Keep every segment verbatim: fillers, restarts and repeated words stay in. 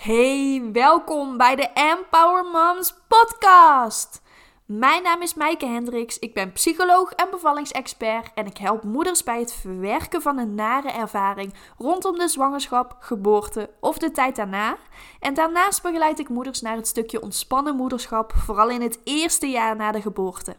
Hey, welkom bij de Empower Moms podcast. Mijn naam is Maaike Hendricks, ik ben psycholoog en bevallingsexpert en ik help moeders bij het verwerken van een nare ervaring rondom de zwangerschap, geboorte of de tijd daarna. En daarnaast begeleid ik moeders naar het stukje ontspannen moederschap, vooral in het eerste jaar na de geboorte.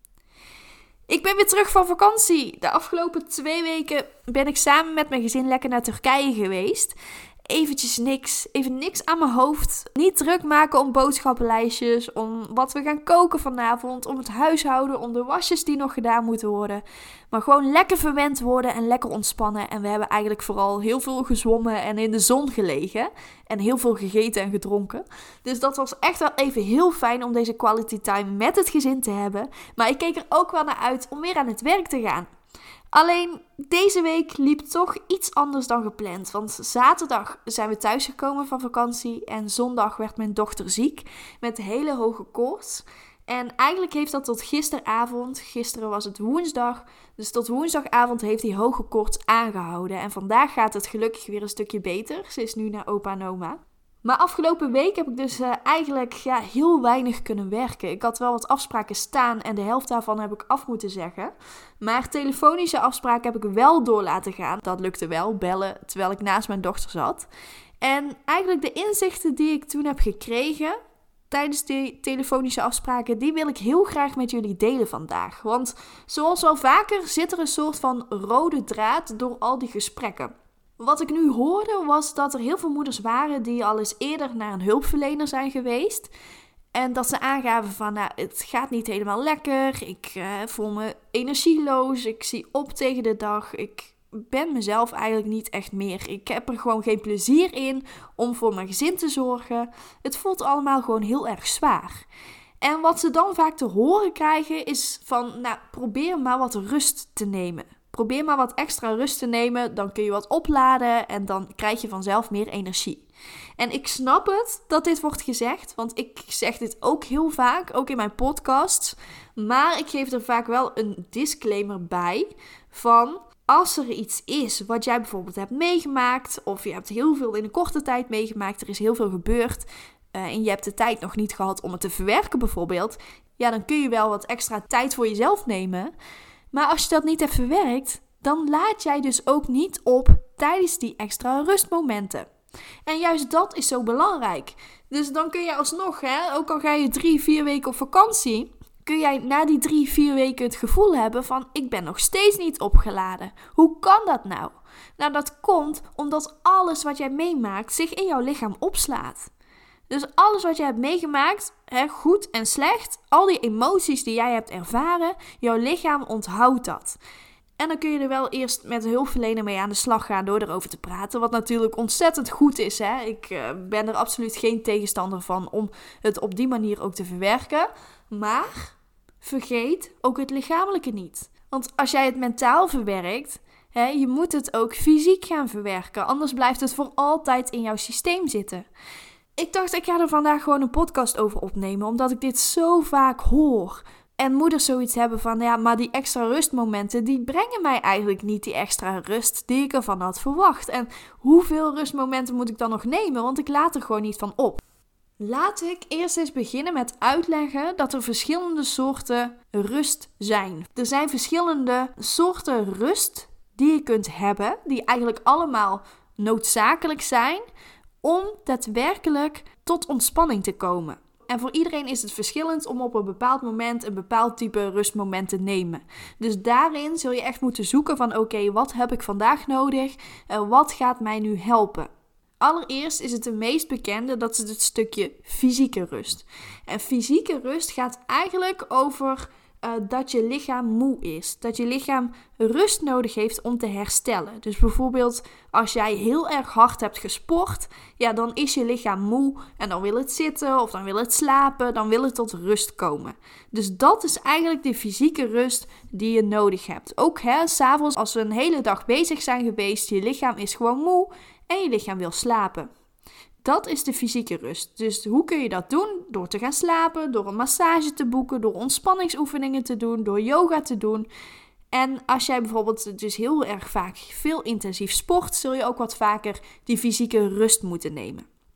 Ik ben weer terug van vakantie. De afgelopen twee weken ben ik samen met mijn gezin lekker naar Turkije geweest. Eventjes niks, even niks aan mijn hoofd. Niet druk maken om boodschappenlijstjes, om wat we gaan koken vanavond, om het huishouden, om de wasjes die nog gedaan moeten worden. Maar gewoon lekker verwend worden en lekker ontspannen. En we hebben eigenlijk vooral heel veel gezwommen en in de zon gelegen. En heel veel gegeten en gedronken. Dus dat was echt wel even heel fijn om deze quality time met het gezin te hebben. Maar ik keek er ook wel naar uit om weer aan het werk te gaan. Alleen deze week liep toch iets anders dan gepland. Want zaterdag zijn we thuisgekomen van vakantie en zondag werd mijn dochter ziek met hele hoge koorts. En eigenlijk heeft dat tot gisteravond, gisteren was het woensdag, dus tot woensdagavond heeft die hoge koorts aangehouden. En vandaag gaat het gelukkig weer een stukje beter. Ze is nu naar opa en oma. Maar afgelopen week heb ik dus uh, eigenlijk ja, heel weinig kunnen werken. Ik had wel wat afspraken staan en de helft daarvan heb ik af moeten zeggen. Maar telefonische afspraken heb ik wel door laten gaan. Dat lukte wel, bellen terwijl ik naast mijn dochter zat. En eigenlijk de inzichten die ik toen heb gekregen tijdens die telefonische afspraken, die wil ik heel graag met jullie delen vandaag. Want zoals wel vaker zit er een soort van rode draad door al die gesprekken. Wat ik nu hoorde was dat er heel veel moeders waren die al eens eerder naar een hulpverlener zijn geweest. En dat ze aangaven van, nou, het gaat niet helemaal lekker. Ik uh, voel me energieloos. Ik zie op tegen de dag. Ik ben mezelf eigenlijk niet echt meer. Ik heb er gewoon geen plezier in om voor mijn gezin te zorgen. Het voelt allemaal gewoon heel erg zwaar. En wat ze dan vaak te horen krijgen is van, nou, probeer maar wat rust te nemen. Probeer maar wat extra rust te nemen, dan kun je wat opladen en dan krijg je vanzelf meer energie. En ik snap het dat dit wordt gezegd, want ik zeg dit ook heel vaak, ook in mijn podcasts. Maar ik geef er vaak wel een disclaimer bij van, als er iets is wat jij bijvoorbeeld hebt meegemaakt, of je hebt heel veel in een korte tijd meegemaakt, er is heel veel gebeurd uh, en je hebt de tijd nog niet gehad om het te verwerken bijvoorbeeld, ja, dan kun je wel wat extra tijd voor jezelf nemen. Maar als je dat niet hebt verwerkt, dan laat jij dus ook niet op tijdens die extra rustmomenten. En juist dat is zo belangrijk. Dus dan kun je alsnog, hè, ook al ga je drie, vier weken op vakantie, kun jij na die drie, vier weken het gevoel hebben van, ik ben nog steeds niet opgeladen. Hoe kan dat nou? Nou, dat komt omdat alles wat jij meemaakt zich in jouw lichaam opslaat. Dus alles wat je hebt meegemaakt, hè, goed en slecht, al die emoties die jij hebt ervaren, jouw lichaam onthoudt dat. En dan kun je er wel eerst met de hulpverlener mee aan de slag gaan door erover te praten, wat natuurlijk ontzettend goed is. Hè? Ik uh, ben er absoluut geen tegenstander van om het op die manier ook te verwerken. Maar vergeet ook het lichamelijke niet. Want als jij het mentaal verwerkt, hè, je moet het ook fysiek gaan verwerken, anders blijft het voor altijd in jouw systeem zitten. Ik dacht, ik ga er vandaag gewoon een podcast over opnemen, omdat ik dit zo vaak hoor. En moeders zoiets hebben van, ja, maar die extra rustmomenten, die brengen mij eigenlijk niet die extra rust die ik ervan had verwacht. En hoeveel rustmomenten moet ik dan nog nemen, want ik laat er gewoon niet van op. Laat ik eerst eens beginnen met uitleggen dat er verschillende soorten rust zijn. Er zijn verschillende soorten rust die je kunt hebben, die eigenlijk allemaal noodzakelijk zijn om daadwerkelijk tot ontspanning te komen. En voor iedereen is het verschillend om op een bepaald moment een bepaald type rustmoment te nemen. Dus daarin zul je echt moeten zoeken van, oké, okay, wat heb ik vandaag nodig? En wat gaat mij nu helpen? Allereerst is het de meest bekende, dat is het stukje fysieke rust. En fysieke rust gaat eigenlijk over Uh, dat je lichaam moe is. Dat je lichaam rust nodig heeft om te herstellen. Dus bijvoorbeeld als jij heel erg hard hebt gesport, ja, dan is je lichaam moe en dan wil het zitten of dan wil het slapen, dan wil het tot rust komen. Dus dat is eigenlijk de fysieke rust die je nodig hebt. Ook hè, 's avonds als we een hele dag bezig zijn geweest, je lichaam is gewoon moe en je lichaam wil slapen. Dat is de fysieke rust. Dus hoe kun je dat doen? Door te gaan slapen, door een massage te boeken, door ontspanningsoefeningen te doen, door yoga te doen. En als jij bijvoorbeeld dus heel erg vaak veel intensief sport, zul je ook wat vaker die fysieke rust moeten nemen.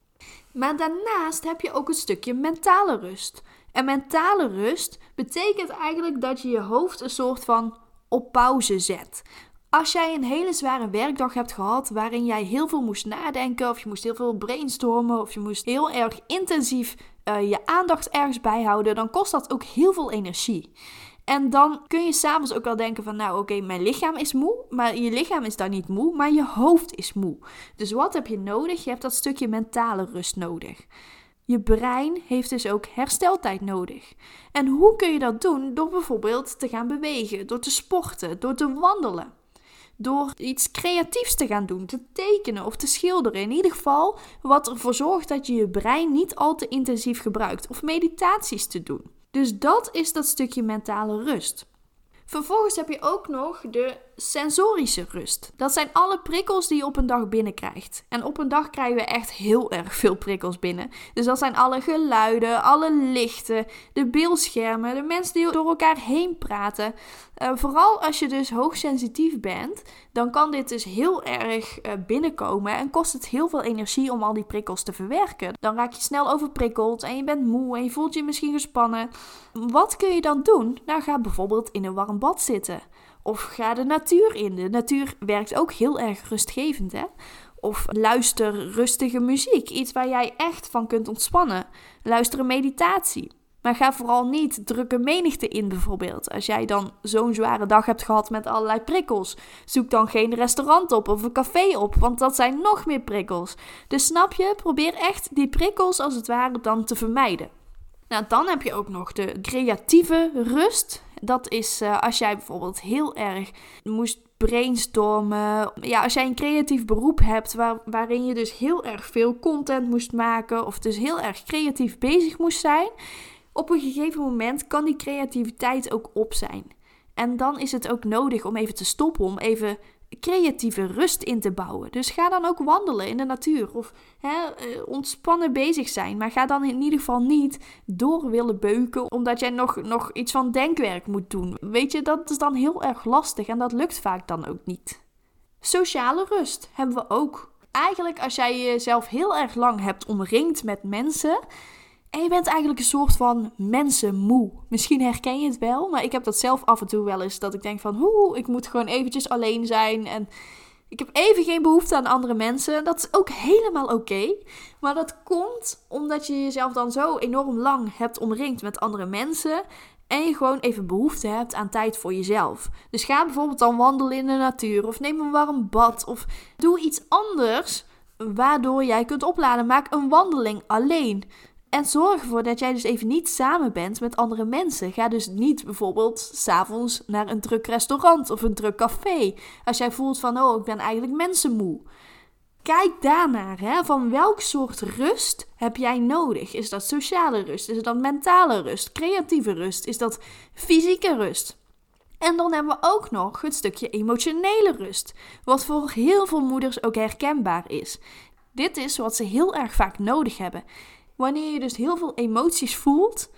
Maar daarnaast heb je ook een stukje mentale rust. En mentale rust betekent eigenlijk dat je je hoofd een soort van op pauze zet. Als jij een hele zware werkdag hebt gehad waarin jij heel veel moest nadenken, of je moest heel veel brainstormen, of je moest heel erg intensief uh, je aandacht ergens bijhouden, dan kost dat ook heel veel energie. En dan kun je s'avonds ook wel denken van, nou oké, okay, mijn lichaam is moe, maar je lichaam is dan niet moe, maar je hoofd is moe. Dus wat heb je nodig? Je hebt dat stukje mentale rust nodig. Je brein heeft dus ook hersteltijd nodig. En hoe kun je dat doen? Door bijvoorbeeld te gaan bewegen, door te sporten, door te wandelen. Door iets creatiefs te gaan doen, te tekenen of te schilderen. In ieder geval wat ervoor zorgt dat je je brein niet al te intensief gebruikt. Of meditaties te doen. Dus dat is dat stukje mentale rust. Vervolgens heb je ook nog de sensorische rust. Dat zijn alle prikkels die je op een dag binnenkrijgt. En op een dag krijgen we echt heel erg veel prikkels binnen. Dus dat zijn alle geluiden, alle lichten, de beeldschermen, de mensen die door elkaar heen praten. Uh, vooral als je dus hoogsensitief bent, dan kan dit dus heel erg uh, binnenkomen en kost het heel veel energie om al die prikkels te verwerken. Dan raak je snel overprikkeld en je bent moe en je voelt je misschien gespannen. Wat kun je dan doen? Nou, ga bijvoorbeeld in een warm bad zitten. Of ga de natuur in. De natuur werkt ook heel erg rustgevend, hè? Of luister rustige muziek. Iets waar jij echt van kunt ontspannen. Luister een meditatie. Maar ga vooral niet drukke menigte in bijvoorbeeld. Als jij dan zo'n zware dag hebt gehad met allerlei prikkels. Zoek dan geen restaurant op of een café op. Want dat zijn nog meer prikkels. Dus snap je? Probeer echt die prikkels als het ware dan te vermijden. Nou, dan heb je ook nog de creatieve rust. Dat is uh, als jij bijvoorbeeld heel erg moest brainstormen. Ja, als jij een creatief beroep hebt waar, waarin je dus heel erg veel content moest maken. Of dus heel erg creatief bezig moest zijn. Op een gegeven moment kan die creativiteit ook op zijn. En dan is het ook nodig om even te stoppen, om even creatieve rust in te bouwen. Dus ga dan ook wandelen in de natuur of hè, ontspannen bezig zijn. Maar ga dan in ieder geval niet door willen beuken omdat jij nog, nog iets van denkwerk moet doen. Weet je, dat is dan heel erg lastig en dat lukt vaak dan ook niet. Sociale rust hebben we ook. Eigenlijk als jij jezelf heel erg lang hebt omringd met mensen en je bent eigenlijk een soort van mensenmoe. Misschien herken je het wel, maar ik heb dat zelf af en toe wel eens. Dat ik denk van, hoe, ik moet gewoon eventjes alleen zijn. En ik heb even geen behoefte aan andere mensen. Dat is ook helemaal oké. Okay. Maar dat komt omdat je jezelf dan zo enorm lang hebt omringd met andere mensen. En je gewoon even behoefte hebt aan tijd voor jezelf. Dus ga bijvoorbeeld dan wandelen in de natuur. Of neem een warm bad. Of doe iets anders waardoor jij kunt opladen. Maak een wandeling alleen. En zorg ervoor dat jij dus even niet samen bent met andere mensen. Ga dus niet bijvoorbeeld 's avonds naar een druk restaurant of een druk café. Als jij voelt van, oh, ik ben eigenlijk mensenmoe. Kijk daarnaar, hè, van welk soort rust heb jij nodig? Is dat sociale rust? Is dat mentale rust? Creatieve rust? Is dat fysieke rust? En dan hebben we ook nog het stukje emotionele rust. Wat voor heel veel moeders ook herkenbaar is. Dit is wat ze heel erg vaak nodig hebben. Wanneer je dus heel veel emoties voelt,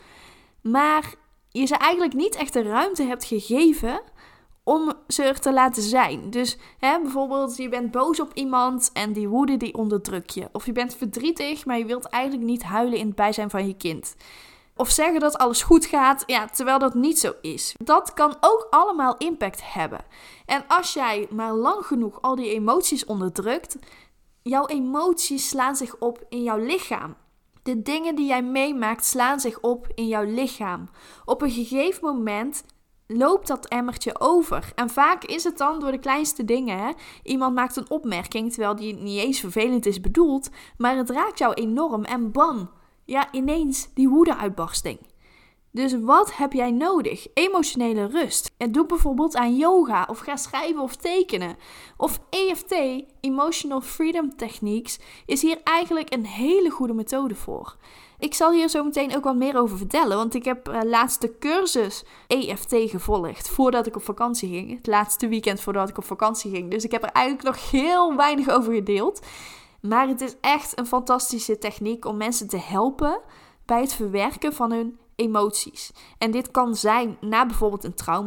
maar je ze eigenlijk niet echt de ruimte hebt gegeven om ze er te laten zijn. Dus hè, bijvoorbeeld je bent boos op iemand en die woede die onderdruk je. Of je bent verdrietig, maar je wilt eigenlijk niet huilen in het bijzijn van je kind. Of zeggen dat alles goed gaat, ja, terwijl dat niet zo is. Dat kan ook allemaal impact hebben. En als jij maar lang genoeg al die emoties onderdrukt, jouw emoties slaan zich op in jouw lichaam. De dingen die jij meemaakt slaan zich op in jouw lichaam. Op een gegeven moment loopt dat emmertje over. En vaak is het dan door de kleinste dingen. Hè? Iemand maakt een opmerking terwijl die niet eens vervelend is bedoeld. Maar het raakt jou enorm en bam. Ja, ineens die woede-uitbarsting. Dus wat heb jij nodig? Emotionele rust. En doe bijvoorbeeld aan yoga of ga schrijven of tekenen. Of E F T, Emotional Freedom Techniques, is hier eigenlijk een hele goede methode voor. Ik zal hier zo meteen ook wat meer over vertellen, want ik heb uh, laatste cursus E F T gevolgd voordat ik op vakantie ging. Het laatste weekend voordat ik op vakantie ging. Dus ik heb er eigenlijk nog heel weinig over gedeeld. Maar het is echt een fantastische techniek om mensen te helpen bij het verwerken van hun emoties. En dit kan zijn na bijvoorbeeld een trauma.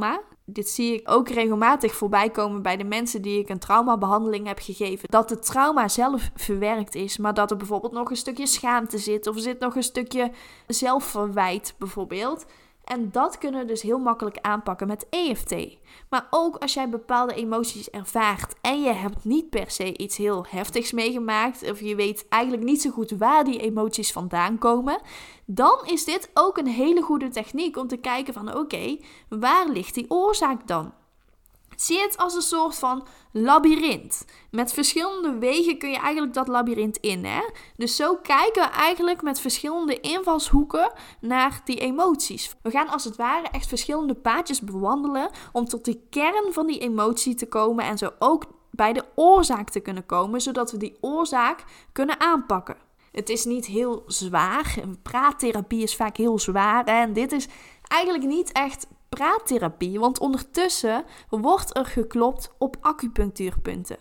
dit zie ik ook regelmatig voorbij komen bij de mensen die ik een traumabehandeling heb gegeven. Dat het trauma zelf verwerkt is, maar dat er bijvoorbeeld nog een stukje schaamte zit. Of er zit nog een stukje zelfverwijt bijvoorbeeld. En dat kunnen we dus heel makkelijk aanpakken met E F T. Maar ook als jij bepaalde emoties ervaart en je hebt niet per se iets heel heftigs meegemaakt, of je weet eigenlijk niet zo goed waar die emoties vandaan komen, dan is dit ook een hele goede techniek om te kijken van oké, okay, waar ligt die oorzaak dan? Zie het als een soort van labyrint. Met verschillende wegen kun je eigenlijk dat labyrint in. Hè? Dus zo kijken we eigenlijk met verschillende invalshoeken naar die emoties. We gaan als het ware echt verschillende paadjes bewandelen om tot de kern van die emotie te komen en zo ook bij de oorzaak te kunnen komen, zodat we die oorzaak kunnen aanpakken. Het is niet heel zwaar. Praattherapie is vaak heel zwaar. Hè? En dit is eigenlijk niet echt praattherapie, want ondertussen wordt er geklopt op acupunctuurpunten.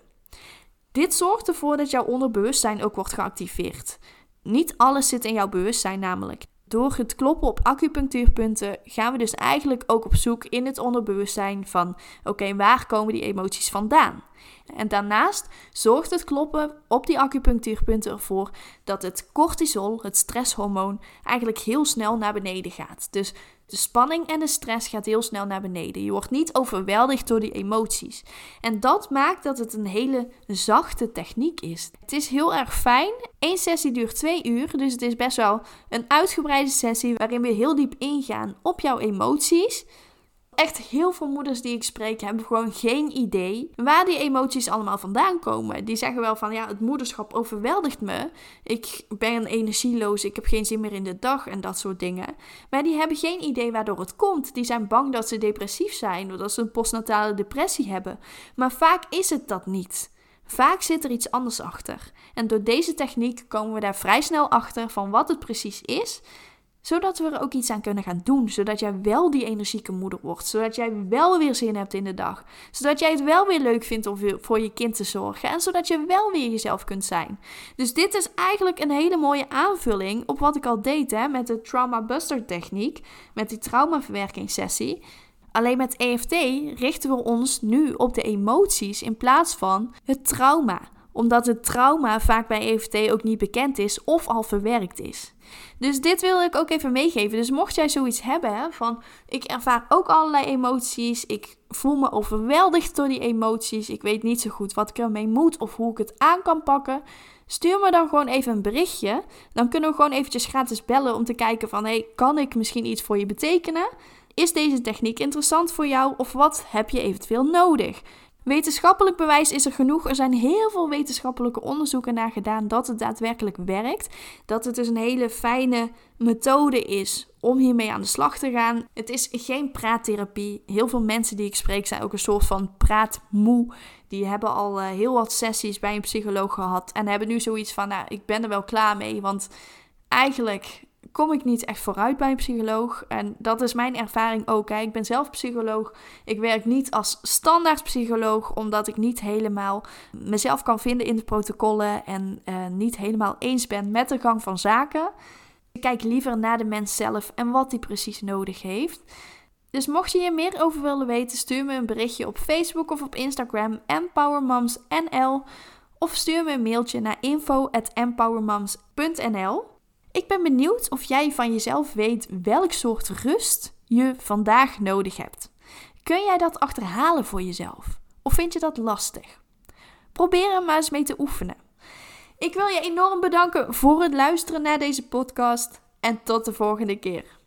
Dit zorgt ervoor dat jouw onderbewustzijn ook wordt geactiveerd. Niet alles zit in jouw bewustzijn namelijk. Door het kloppen op acupunctuurpunten gaan we dus eigenlijk ook op zoek in het onderbewustzijn van oké, okay, waar komen die emoties vandaan? En daarnaast zorgt het kloppen op die acupunctuurpunten ervoor dat het cortisol, het stresshormoon, eigenlijk heel snel naar beneden gaat. Dus de spanning en de stress gaat heel snel naar beneden. Je wordt niet overweldigd door die emoties. En dat maakt dat het een hele zachte techniek is. Het is heel erg fijn. Eén sessie duurt twee uur, dus het is best wel een uitgebreide sessie waarin we heel diep ingaan op jouw emoties. Echt heel veel moeders die ik spreek hebben gewoon geen idee waar die emoties allemaal vandaan komen. Die zeggen wel van ja, het moederschap overweldigt me. Ik ben energieloos, ik heb geen zin meer in de dag en dat soort dingen. Maar die hebben geen idee waardoor het komt. Die zijn bang dat ze depressief zijn of dat ze een postnatale depressie hebben. Maar vaak is het dat niet. Vaak zit er iets anders achter. En door deze techniek komen we daar vrij snel achter van wat het precies is, zodat we er ook iets aan kunnen gaan doen. Zodat jij wel die energieke moeder wordt. Zodat jij wel weer zin hebt in de dag. Zodat jij het wel weer leuk vindt om voor je kind te zorgen. En zodat je wel weer jezelf kunt zijn. Dus dit is eigenlijk een hele mooie aanvulling op wat ik al deed hè, met de Trauma Buster techniek. Met die traumaverwerkingssessie. Alleen met E F T richten we ons nu op de emoties in plaats van het trauma. Omdat het trauma vaak bij E F T ook niet bekend is of al verwerkt is. Dus dit wil ik ook even meegeven. Dus mocht jij zoiets hebben hè, van ik ervaar ook allerlei emoties. Ik voel me overweldigd door die emoties. Ik weet niet zo goed wat ik ermee moet of hoe ik het aan kan pakken. Stuur me dan gewoon even een berichtje. Dan kunnen we gewoon eventjes gratis bellen om te kijken van hey, kan ik misschien iets voor je betekenen? Is deze techniek interessant voor jou of wat heb je eventueel nodig? Wetenschappelijk bewijs is er genoeg. Er zijn heel veel wetenschappelijke onderzoeken naar gedaan dat het daadwerkelijk werkt. Dat het dus een hele fijne methode is om hiermee aan de slag te gaan. Het is geen praattherapie. Heel veel mensen die ik spreek zijn ook een soort van praatmoe. Die hebben al uh, heel wat sessies bij een psycholoog gehad en hebben nu zoiets van, nou, ik ben er wel klaar mee, want eigenlijk kom ik niet echt vooruit bij een psycholoog. En dat is mijn ervaring ook. Hè. Ik ben zelf psycholoog. Ik werk niet als standaard psycholoog, omdat ik niet helemaal mezelf kan vinden in de protocollen en uh, niet helemaal eens ben met de gang van zaken. Ik kijk liever naar de mens zelf en wat die precies nodig heeft. Dus mocht je hier meer over willen weten, stuur me een berichtje op Facebook of op Instagram, Empower Moms N L. Of stuur me een mailtje naar info at empowermoms punt n l. Ik ben benieuwd of jij van jezelf weet welk soort rust je vandaag nodig hebt. Kun jij dat achterhalen voor jezelf? Of vind je dat lastig? Probeer er maar eens mee te oefenen. Ik wil je enorm bedanken voor het luisteren naar deze podcast en tot de volgende keer.